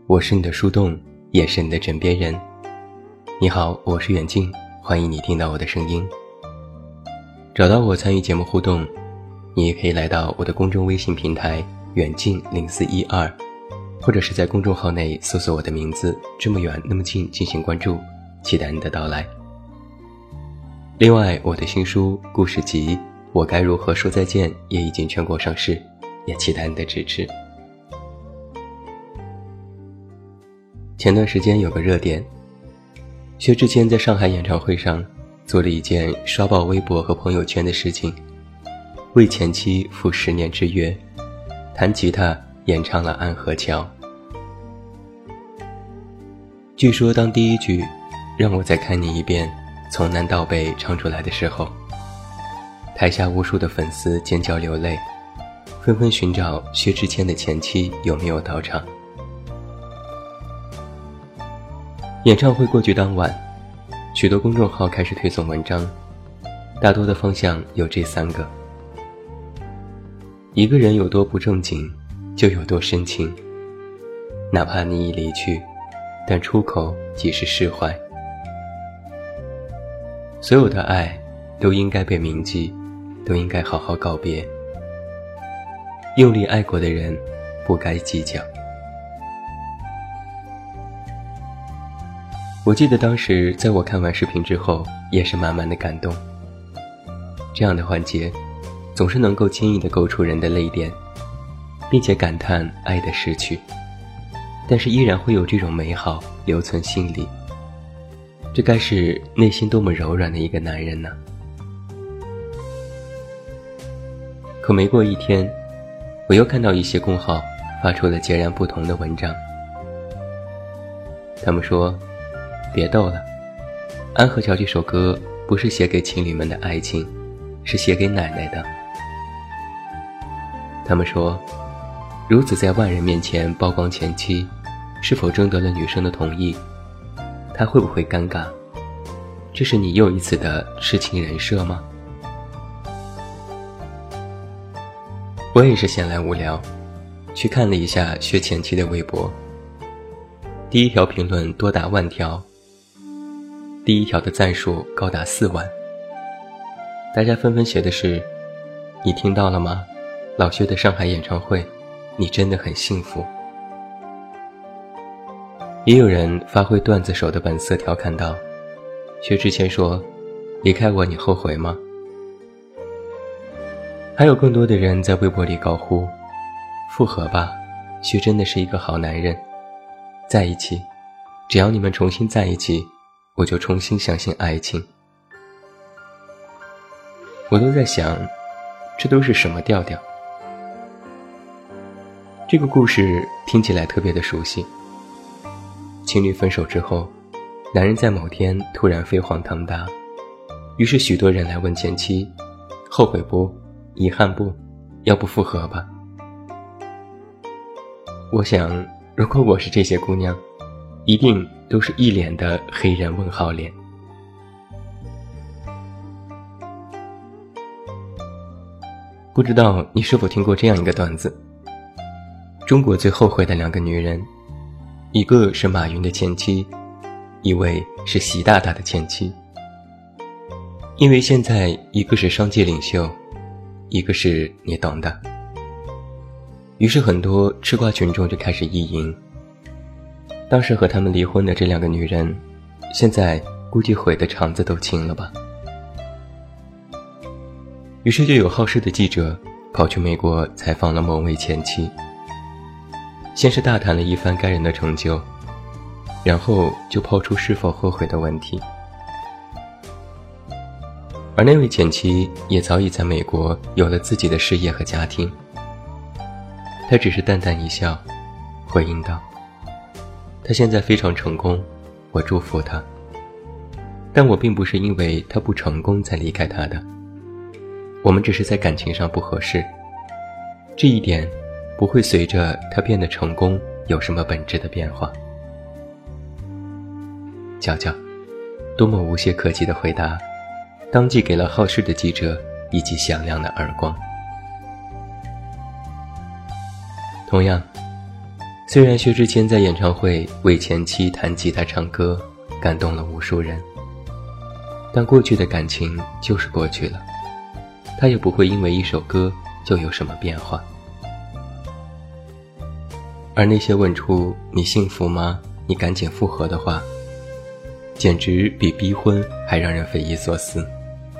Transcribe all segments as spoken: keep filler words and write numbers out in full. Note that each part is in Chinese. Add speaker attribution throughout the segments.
Speaker 1: 我是你的树洞，也是你的枕边人。你好，我是远近，欢迎你听到我的声音。找到我参与节目互动，你也可以来到我的公众微信平台远近零四一二，或者是在公众号内搜索我的名字这么远那么近进行关注，期待你的到来。另外，我的新书故事集我该如何说再见也已经全国上市，也期待你的支持。前段时间有个热点，薛之谦在上海演唱会上做了一件刷爆微博和朋友圈的事情，为前妻赴十年之约，弹吉他演唱了《安河桥》。据说当第一句让我再看你一遍从南到北唱出来的时候，台下无数的粉丝尖叫流泪，纷纷寻找薛之谦的前妻有没有到场。演唱会过去当晚，许多公众号开始推送文章，大多的方向有这三个：一个人有多不正经，就有多深情，哪怕你已离去，但出口即是释怀。所有的爱都应该被铭记，都应该好好告别。用力爱过的人不该计较。我记得当时在我看完视频之后也是满满的感动。这样的环节总是能够轻易地勾出人的泪点，并且感叹爱的逝去，但是依然会有这种美好留存心里。这该是内心多么柔软的一个男人呢？可没过一天，我又看到一些公号发出了截然不同的文章。他们说，别逗了，《安河桥》这首歌不是写给情侣们的爱情，是写给奶奶的。他们说，如此在万人面前曝光前妻，是否征得了女生的同意？他会不会尴尬？这是你又一次的痴情人设吗？我也是闲来无聊，去看了一下薛前妻的微博。第一条评论多达万条，第一条的赞数高达四万。大家纷纷写的是：你听到了吗？老薛的上海演唱会，你真的很幸福。也有人发挥段子手的本色调侃道：薛之谦说，离开我你后悔吗？还有更多的人在微博里高呼，复合吧，薛真的是一个好男人，在一起，只要你们重新在一起，我就重新相信爱情。我都在想，这都是什么调调？这个故事听起来特别的熟悉。情侣分手之后，男人在某天突然飞黄腾达，于是许多人来问前妻，后悔不？遗憾不？要不复合吧？我想，如果我是这些姑娘，一定都是一脸的黑人问号脸。不知道你是否听过这样一个段子：中国最后悔的两个女人，一个是马云的前妻，一位是习大大的前妻。因为现在一个是商界领袖，一个是你懂的。于是很多吃瓜群众就开始意淫，当时和他们离婚的这两个女人，现在估计悔的肠子都青了吧。于是就有好事的记者跑去美国采访了某位前妻，先是大谈了一番该人的成就，然后就抛出是否后悔的问题。而那位前妻也早已在美国有了自己的事业和家庭，她只是淡淡一笑，回应道：她现在非常成功，我祝福她，但我并不是因为她不成功才离开她的，我们只是在感情上不合适，这一点不会随着她变得成功有什么本质的变化。瞧瞧，多么无懈可击的回答，当即给了好事的记者以及响亮的耳光。同样， 虽然薛之谦在演唱会为前妻弹吉他唱歌，感动了无数人，但过去的感情就是过去了，他也不会因为一首歌就有什么变化。而那些问出你幸福吗？你赶紧复合的话，简直比逼婚还让人匪夷所思。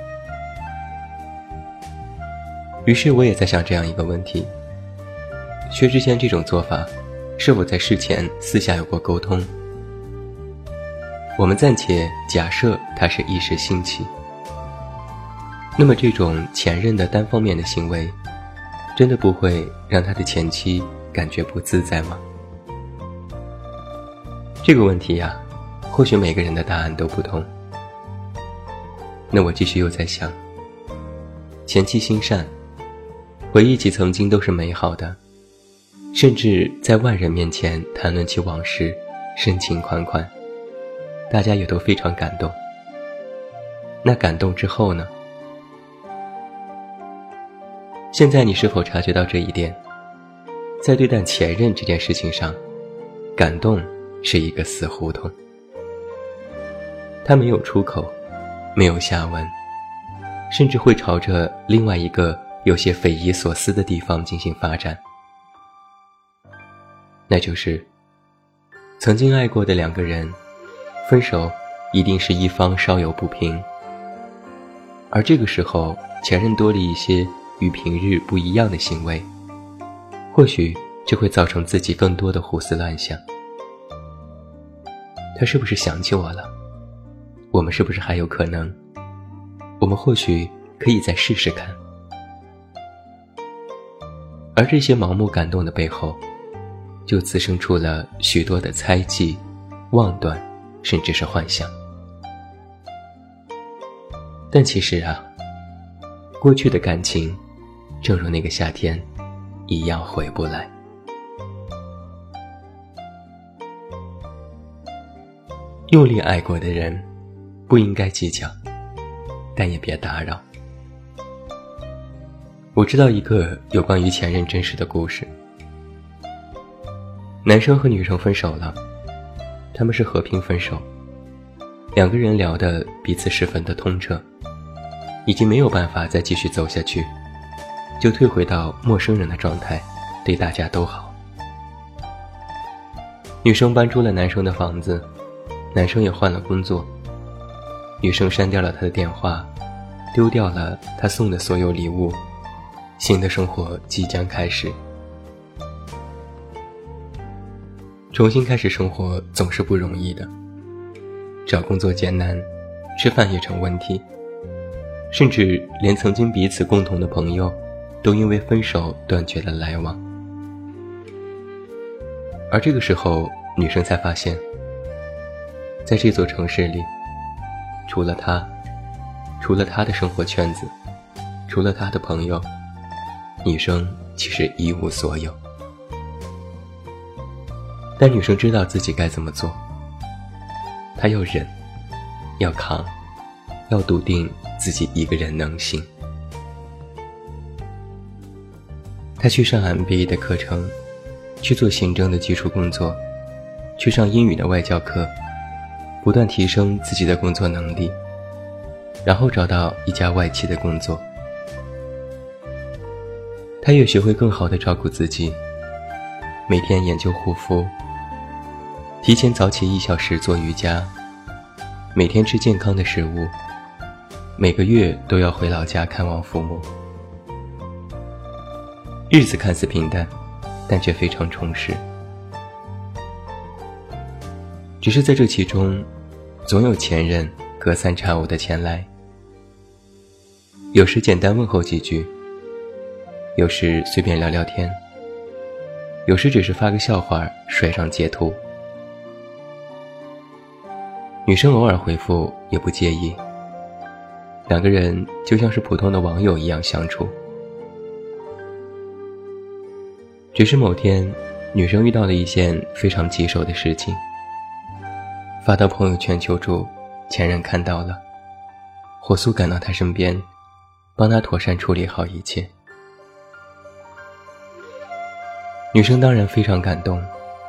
Speaker 1: 于是我也在想这样一个问题，薛之谦这种做法是否在事前私下有过沟通？我们暂且假设他是一时兴起，那么这种前任的单方面的行为真的不会让他的前妻感觉不自在吗？这个问题呀，或许每个人的答案都不同。那我继续又在想，前妻心善，回忆起曾经都是美好的，甚至在万人面前谈论起往事，深情款款，大家也都非常感动。那感动之后呢？现在你是否察觉到这一点？在对待前任这件事情上，感动是一个死胡同，它没有出口，没有下文，甚至会朝着另外一个有些匪夷所思的地方进行发展。那就是曾经爱过的两个人分手，一定是一方稍有不平，而这个时候前任多了一些与平日不一样的行为，或许就会造成自己更多的胡思乱想。他是不是想起我了？我们是不是还有可能？我们或许可以再试试看。而这些盲目感动的背后，就滋生出了许多的猜忌、妄断，甚至是幻想。但其实啊，过去的感情正如那个夏天一样回不来。用力爱过的人不应该计较，但也别打扰。我知道一个有关于前任真实的故事。男生和女生分手了，他们是和平分手，两个人聊得彼此十分的通彻，已经没有办法再继续走下去，就退回到陌生人的状态，对大家都好。女生搬出了男生的房子，男生也换了工作，女生删掉了他的电话，丢掉了他送的所有礼物，新的生活即将开始。重新开始生活总是不容易的，找工作艰难，吃饭也成问题，甚至连曾经彼此共同的朋友都因为分手断绝了来往。而这个时候女生才发现，在这座城市里，除了他，除了他的生活圈子，除了他的朋友，女生其实一无所有。但女生知道自己该怎么做，她要忍，要扛，要笃定自己一个人能行。她去上 M B A 的课程，去做行政的基础工作，去上英语的外教课，不断提升自己的工作能力，然后找到一家外企的工作。她也学会更好地照顾自己，每天研究护肤，提前早起一小时做瑜伽，每天吃健康的食物，每个月都要回老家看望父母。日子看似平淡，但却非常充实。只是在这其中，总有前任隔三差五的前来，有时简单问候几句，有时随便聊聊天，有时只是发个笑话甩上截图。女生偶尔回复也不介意，两个人就像是普通的网友一样相处。只是某天，女生遇到了一件非常棘手的事情，发到朋友圈求助，前任看到了，火速赶到她身边，帮她妥善处理好一切。女生当然非常感动，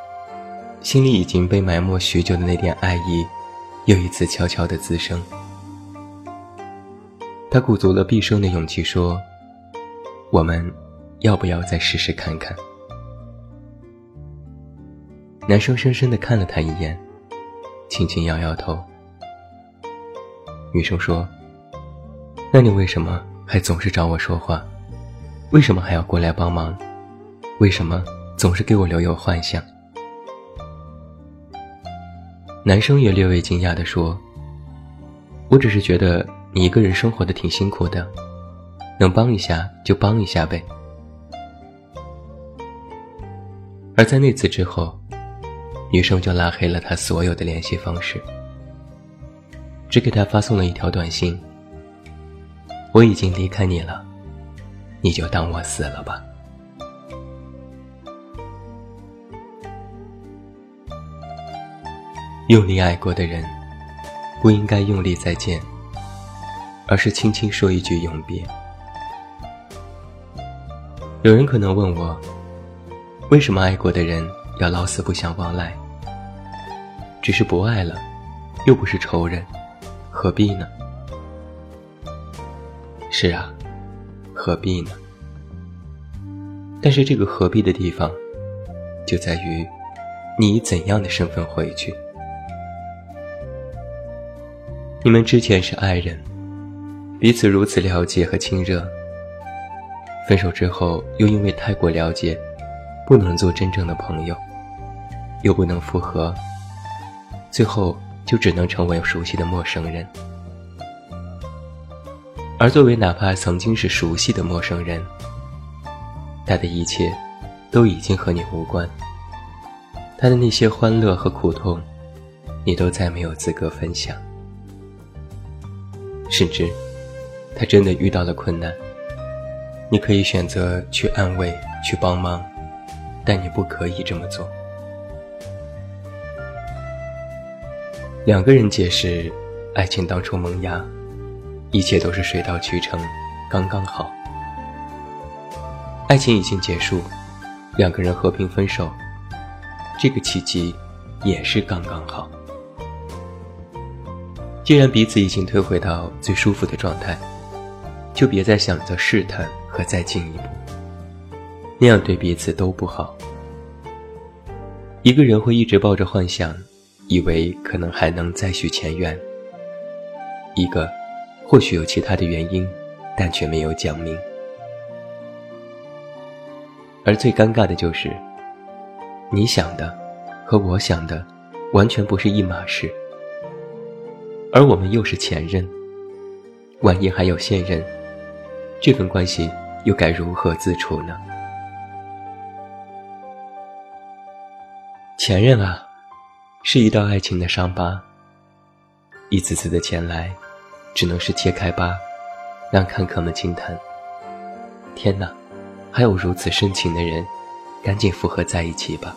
Speaker 1: 心里已经被埋没许久的那点爱意又一次悄悄地滋生。他鼓足了毕生的勇气说，我们要不要再试试看看？男生深深地看了他一眼，轻轻摇摇头。女生说，那你为什么还总是找我说话？为什么还要过来帮忙？为什么总是给我留有幻想？男生也略微惊讶地说，我只是觉得你一个人生活得挺辛苦的，能帮一下就帮一下呗。而在那次之后，女生就拉黑了他所有的联系方式，只给他发送了一条短信，我已经离开你了，你就当我死了吧。用力爱过的人，不应该用力再见，而是轻轻说一句永别。有人可能问我，为什么爱过的人要老死不相往来？只是不爱了，又不是仇人，何必呢？是啊，何必呢？但是这个何必的地方，就在于你以怎样的身份回去。你们之前是爱人，彼此如此了解和亲热，分手之后又因为太过了解，不能做真正的朋友，又不能复合，最后就只能成为熟悉的陌生人。而作为哪怕曾经是熟悉的陌生人，他的一切都已经和你无关，他的那些欢乐和苦痛，你都再没有资格分享。甚至他真的遇到了困难，你可以选择去安慰，去帮忙，但你不可以这么做。两个人解释爱情当初萌芽，一切都是水到渠成，刚刚好。爱情已经结束，两个人和平分手，这个契机也是刚刚好。既然彼此已经退回到最舒服的状态，就别再想着试探和再进一步，那样对彼此都不好。一个人会一直抱着幻想，以为可能还能再续前缘，一个或许有其他的原因，但却没有讲明。而最尴尬的就是，你想的和我想的完全不是一码事，而我们又是前任，万一还有现任，这份关系又该如何自处呢？前任啊，是一道爱情的伤疤，一次次的前来，只能是切开疤，让看客们惊叹：天哪，还有如此深情的人，赶紧复合在一起吧。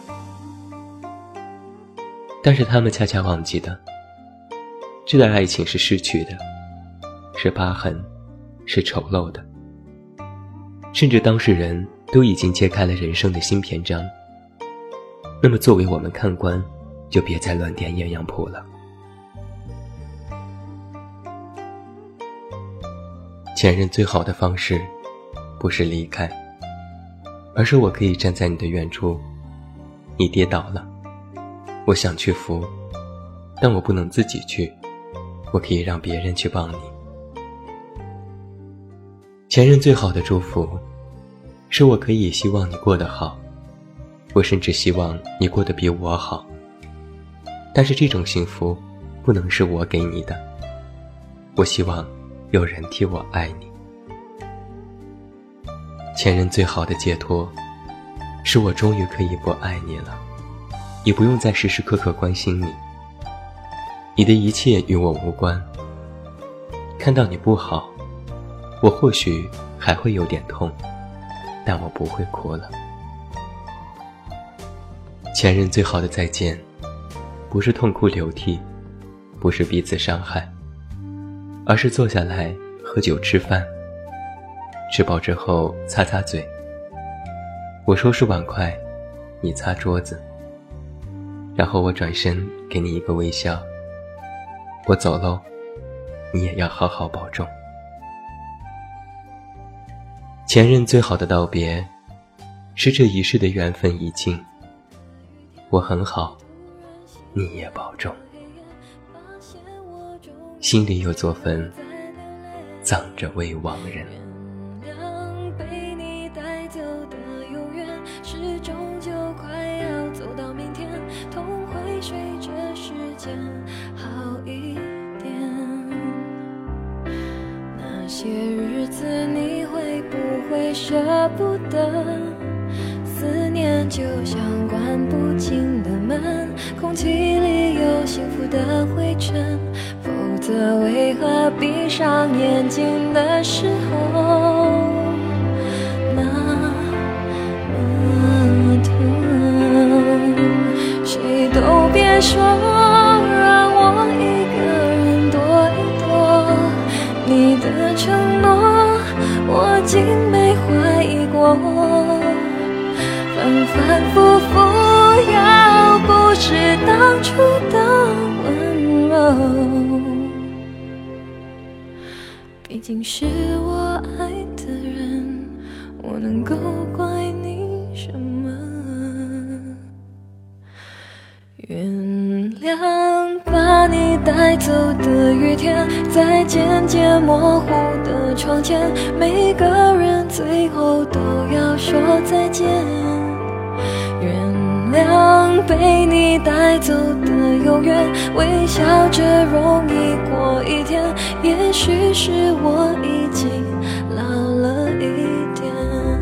Speaker 1: 但是他们恰恰忘记的，这段爱情是失去的，是疤痕，是丑陋的，甚至当事人都已经揭开了人生的新篇章。那么作为我们看官，就别再乱点鸳鸯谱了。前任最好的方式，不是离开，而是我可以站在你的远处，你跌倒了，我想去扶，但我不能自己去，我可以让别人去帮你。前任最好的祝福，是我可以希望你过得好，我甚至希望你过得比我好，但是这种幸福不能是我给你的，我希望有人替我爱你。前任最好的解脱，是我终于可以不爱你了，也不用再时时刻刻关心你，你的一切与我无关。看到你不好，我或许还会有点痛，但我不会哭了。前任最好的再见，不是痛哭流涕，不是彼此伤害，而是坐下来喝酒吃饭，吃饱之后擦擦嘴，我收拾碗筷，你擦桌子， 然后我转身给你一个微笑，我走喽，你也要好好保重。前任最好的道别，是这一世的缘分已尽。我很好，你也保重。心里有座坟，葬着未亡人。
Speaker 2: 被你带走的永远，是终究快要走到明天，痛会随着时间好一点。那些日子你会不会舍不得？思念就像关不紧的门，空气里有幸福的灰尘，否则为何闭上眼睛的时候那么疼？谁都别说让我一个人躲一躲，你的承诺我竟没怀疑过，反反复复，要不是当初的温柔，毕竟是我爱的人，我能够怪你什么？原谅把你带走的雨天，在渐渐模糊的窗前，每个人最后都要说再见。原谅被你带走的永远，微笑着容易过一天，也许是我已经老了一点。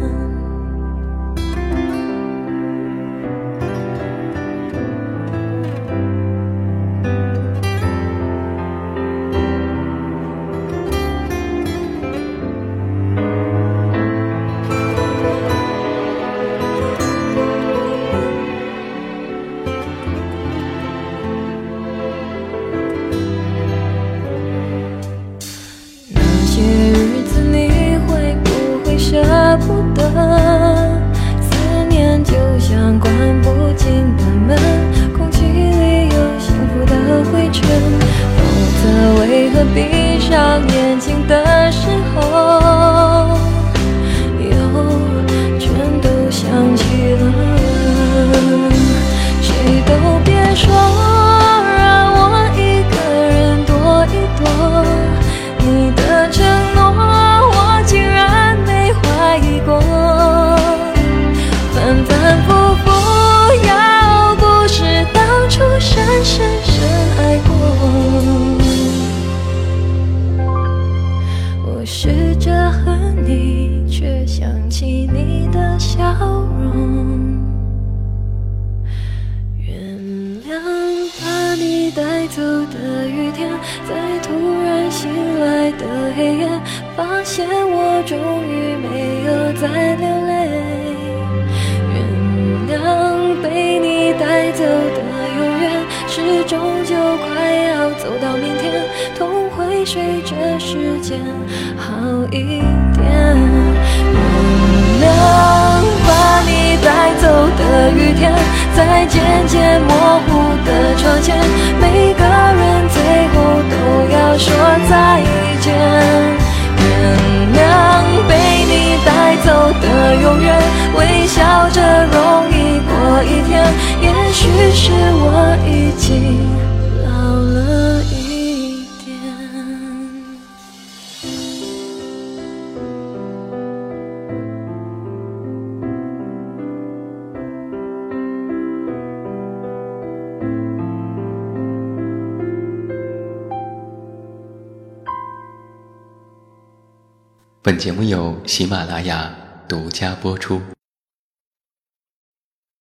Speaker 2: 舍不得，思念就像关不紧的门，空气里有幸福的灰尘，否则为何闭上眼睛的时候又全都想起了？谁都别说让我一个人躲一躲，你的承诺我竟然怀疑过，反反复复，要不是当初深深深爱过，我试着恨你，却想起你的笑容。原谅把你带走的雨天，在突然醒来的黑夜，发现我终于没有再流泪。原谅被你带走的永远，是终究快要走到明天，痛会随着时间好一点。原谅把你带走的雨天，在渐渐模糊的窗前，每个人最后都要说再见。原谅被你带走的永远，微笑着容易过一天，也许是我已经老了一点。
Speaker 1: 本节目由喜马拉雅独家播出。